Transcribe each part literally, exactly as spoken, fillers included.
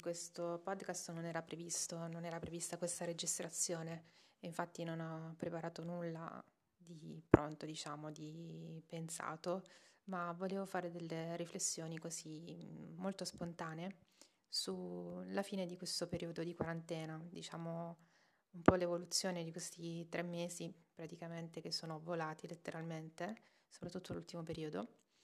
questo podcast non era previsto, non era prevista questa registrazione, e infatti non ho preparato nulla di pronto, diciamo, di pensato, ma volevo fare delle riflessioni così mh, molto spontanee sulla fine di questo periodo di quarantena, diciamo un po' l'evoluzione di questi tre mesi praticamente che sono volati letteralmente, soprattutto l'ultimo periodo.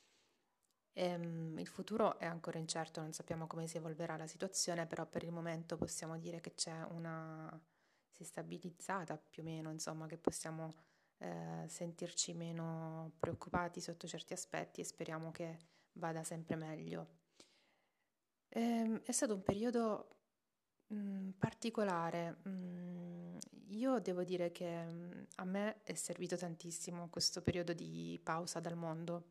Ehm, il futuro è ancora incerto, non sappiamo come si evolverà la situazione, però per il momento possiamo dire che c'è una... si è stabilizzata più o meno, insomma, che possiamo eh, sentirci meno preoccupati sotto certi aspetti e speriamo che vada sempre meglio. Ehm, è stato un periodo mh, particolare. Mm, io devo dire che mh, a me è servito tantissimo questo periodo di pausa dal mondo.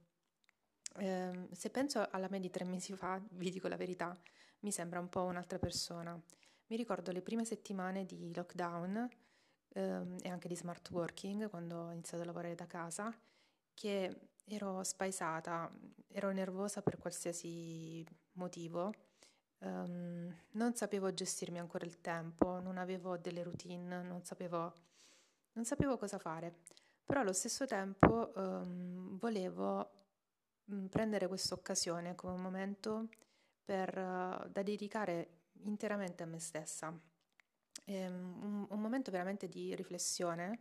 Ehm, se penso alla me di tre mesi fa, vi dico la verità, mi sembra un po' un'altra persona. Mi ricordo le prime settimane di lockdown, ehm, e anche di smart working, quando ho iniziato a lavorare da casa, che ero spaesata, ero nervosa per qualsiasi motivo, ehm, non sapevo gestirmi ancora il tempo, non avevo delle routine, non sapevo, non sapevo cosa fare. Però allo stesso tempo ehm, volevo mh, prendere questa occasione come un momento per, eh, da dedicare interamente a me stessa. Ehm, un, un momento veramente di riflessione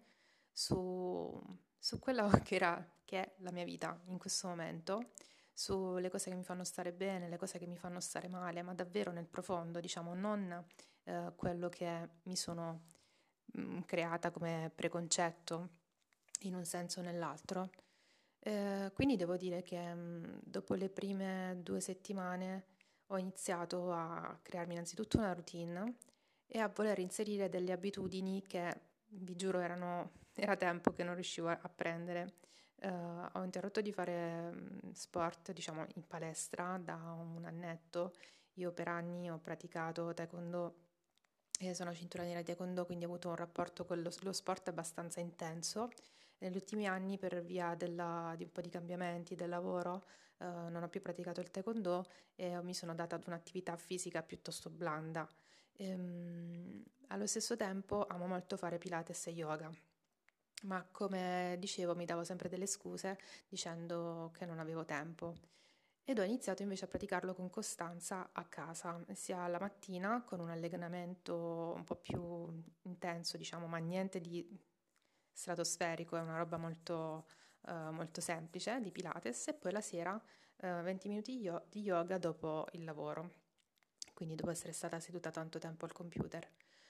su, su quello che era, che è la mia vita in questo momento, sulle cose che mi fanno stare bene, le cose che mi fanno stare male, ma davvero nel profondo, diciamo, non eh, quello che mi sono mh, creata come preconcetto in un senso o nell'altro. Eh, quindi devo dire che mh, dopo le prime due settimane ho iniziato a crearmi innanzitutto una routine e a voler inserire delle abitudini che, vi giuro, erano, era tempo che non riuscivo a, a prendere. Eh, ho interrotto di fare mh, sport, diciamo, in palestra da un annetto. Io per anni ho praticato taekwondo e sono cintura nera di taekwondo, quindi ho avuto un rapporto con lo, lo sport abbastanza intenso. Negli ultimi anni, per via della- di un po' di cambiamenti del lavoro, eh, non ho più praticato il taekwondo e mi sono data ad un'attività fisica piuttosto blanda. Ehm, allo stesso tempo amo molto fare Pilates e yoga, ma come dicevo mi davo sempre delle scuse dicendo che non avevo tempo. Ed ho iniziato invece a praticarlo con costanza a casa, sia la mattina con un allenamento un po' più intenso, diciamo, ma niente di stratosferico, è una roba molto, eh, molto semplice di Pilates, e poi la sera eh, venti minuti yo- di yoga dopo il lavoro, quindi dopo essere stata seduta tanto tempo al computer.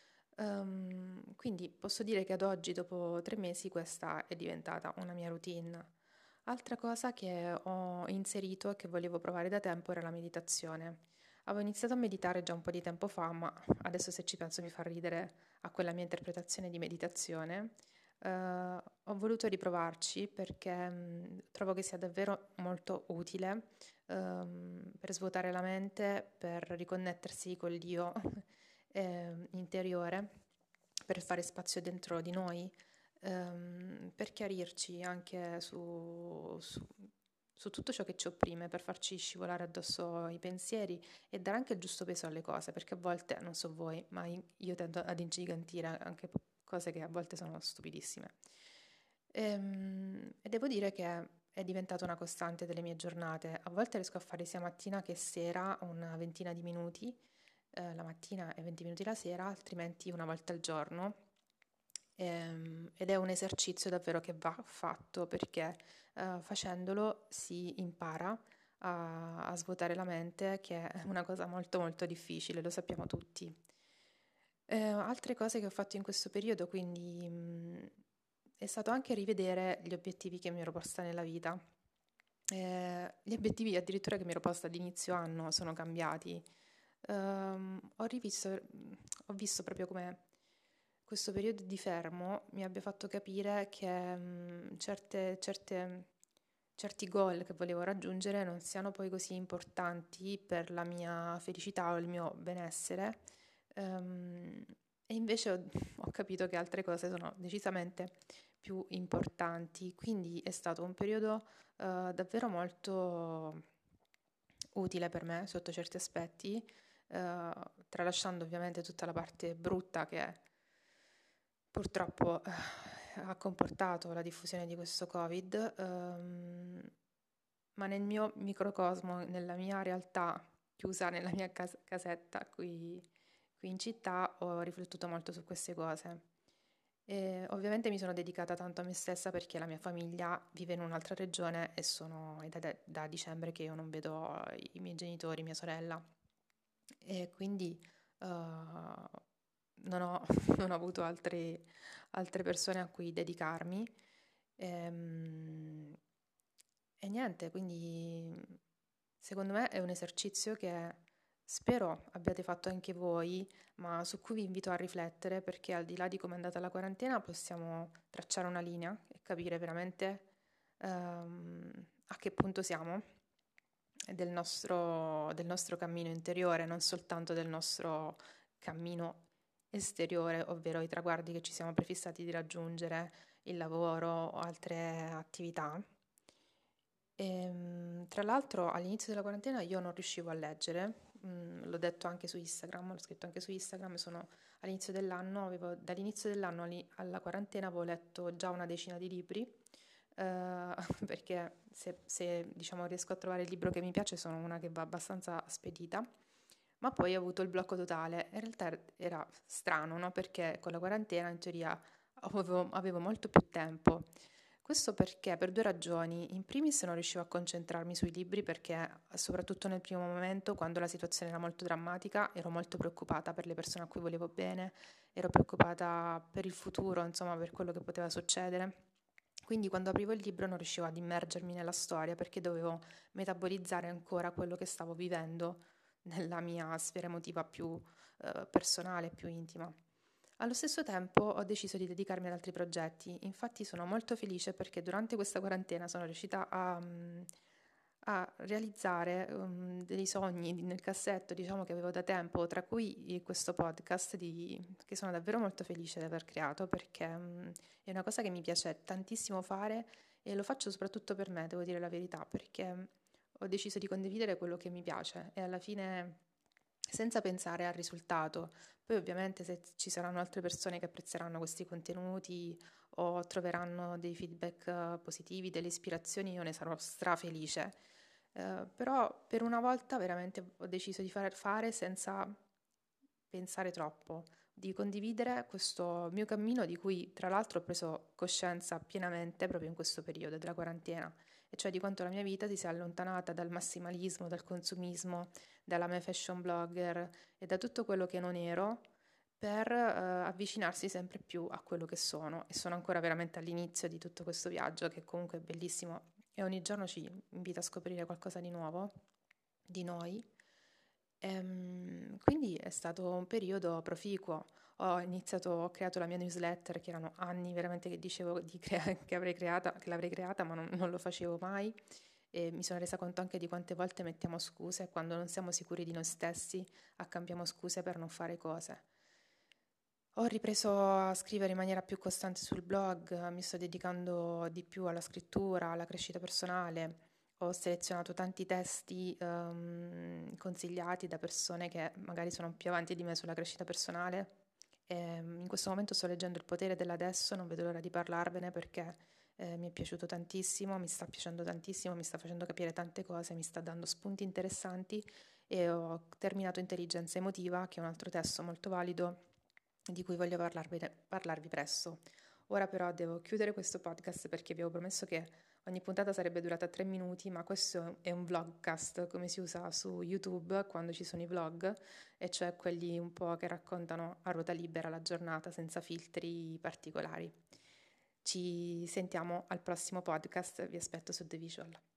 Ehm, quindi posso dire che ad oggi, dopo tre mesi, questa è diventata una mia routine. Altra cosa che ho inserito e che volevo provare da tempo era la meditazione. Avevo iniziato a meditare già un po' di tempo fa, ma adesso se ci penso mi fa ridere a quella mia interpretazione di meditazione. Eh, ho voluto riprovarci perché mh, trovo che sia davvero molto utile ehm, per svuotare la mente, per riconnettersi col Dio eh, interiore, per fare spazio dentro di noi, ehm, per chiarirci anche su, su- su tutto ciò che ci opprime, per farci scivolare addosso i pensieri e dare anche il giusto peso alle cose, perché a volte, non so voi, ma in- io tendo ad ingigantire anche po- cose che a volte sono stupidissime. Ehm, E, devo dire che è diventata una costante delle mie giornate. A volte riesco a fare sia mattina che sera una ventina di minuti, eh, la mattina e venti minuti la sera, altrimenti una volta al giorno. Ehm, ed è un esercizio davvero che va fatto perché eh, facendolo si impara a, a svuotare la mente, che è una cosa molto molto difficile, lo sappiamo tutti. Eh, altre cose che ho fatto in questo periodo, quindi, mh, è stato anche rivedere gli obiettivi che mi ero posta nella vita. Eh, gli obiettivi addirittura che mi ero posta ad inizio anno sono cambiati. Ehm, ho rivisto, ho visto proprio come questo periodo di fermo mi abbia fatto capire che mh, certe, certe- certi goal che volevo raggiungere non siano poi così importanti per la mia felicità o il mio benessere. Ehm, e invece ho, ho capito che altre cose sono decisamente più importanti. Quindi è stato un periodo eh, davvero molto utile per me sotto certi aspetti, eh, tralasciando ovviamente tutta la parte brutta che purtroppo eh, ha comportato la diffusione di questo Covid, ehm, ma nel mio microcosmo, nella mia realtà chiusa nella mia cas- casetta qui, qui in città, ho riflettuto molto su queste cose. E ovviamente mi sono dedicata tanto a me stessa perché la mia famiglia vive in un'altra regione e sono è da, da dicembre che io non vedo i miei genitori, mia sorella. E quindi eh, non ho, non ho avuto altri- altre persone a cui dedicarmi. Ehm, E, niente, quindi secondo me è un esercizio che spero abbiate fatto anche voi, ma su cui vi invito a riflettere perché al di là di come è andata la quarantena possiamo tracciare una linea e capire veramente ehm, a che punto siamo del nostro, del nostro cammino interiore, non soltanto del nostro cammino esteriore, ovvero i traguardi che ci siamo prefissati di raggiungere, il lavoro o altre attività. Ehm, tra l'altro all'inizio della quarantena io non riuscivo a leggere, mm, l'ho detto anche su Instagram, l'ho scritto anche su Instagram, sono all'inizio dell'anno, avevo, dall'inizio dell'anno ali- alla quarantena avevo letto già una decina di libri, eh, perché se, se, diciamo riesco a trovare il libro che mi piace sono una che va abbastanza spedita, ma poi ho avuto il blocco totale. In realtà er- era strano, no? Perché con la quarantena in teoria avevo, avevo molto più tempo. Questo perché per due ragioni. In primis non riuscivo a concentrarmi sui libri perché soprattutto nel primo momento, quando la situazione era molto drammatica, ero molto preoccupata per le persone a cui volevo bene, ero preoccupata per il futuro, insomma, per quello che poteva succedere. Quindi quando aprivo il libro non riuscivo ad immergermi nella storia perché dovevo metabolizzare ancora quello che stavo vivendo nella mia sfera emotiva più eh, personale, più intima. Allo stesso tempo ho deciso di dedicarmi ad altri progetti, infatti sono molto felice perché durante questa quarantena sono riuscita a, mm, a realizzare um, dei sogni nel cassetto, diciamo che avevo da tempo, tra cui questo podcast di- che sono davvero molto felice di aver creato perché mm, è una cosa che mi piace tantissimo fare e lo faccio soprattutto per me, devo dire la verità, perché ho deciso di condividere quello che mi piace e alla fine senza pensare al risultato. Poi ovviamente se ci saranno altre persone che apprezzeranno questi contenuti o troveranno dei feedback eh, positivi, delle ispirazioni, io ne sarò strafelice. Eh, però per una volta veramente ho deciso di far fare senza pensare troppo, di condividere questo mio cammino di cui tra l'altro ho preso coscienza pienamente proprio in questo periodo della quarantena, e cioè di quanto la mia vita si sia allontanata dal massimalismo, dal consumismo, dalla mia fashion blogger e da tutto quello che non ero per eh, avvicinarsi sempre più a quello che sono e sono ancora veramente all'inizio di tutto questo viaggio che comunque è bellissimo e ogni giorno ci invita a scoprire qualcosa di nuovo di noi. Ehm, quindi è stato un periodo proficuo. Ho iniziato, ho creato la mia newsletter, che erano anni veramente che dicevo di crea- che avrei creata, che l'avrei creata, ma non, non lo facevo mai. E mi sono resa conto anche di quante volte mettiamo scuse quando non siamo sicuri di noi stessi, accampiamo scuse per non fare cose. Ho ripreso a scrivere in maniera più costante sul blog, mi sto dedicando di più alla scrittura, alla crescita personale. Ho selezionato tanti testi ehm, consigliati da persone che magari sono più avanti di me sulla crescita personale. E, mm, in questo momento sto leggendo Il potere dell'adesso, non vedo l'ora di parlarvene perché eh, mi è piaciuto tantissimo, mi sta piacendo tantissimo, mi sta facendo capire tante cose, mi sta dando spunti interessanti e ho terminato Intelligenza emotiva, che è un altro testo molto valido di cui voglio parlarvi, parlarvi presto. Ora però devo chiudere questo podcast perché vi avevo promesso che ogni puntata sarebbe durata tre minuti, ma questo è un vlogcast, come si usa su YouTube quando ci sono i vlog, e cioè quelli un po' che raccontano a ruota libera la giornata senza filtri particolari. Ci sentiamo al prossimo podcast, vi aspetto su The Visual.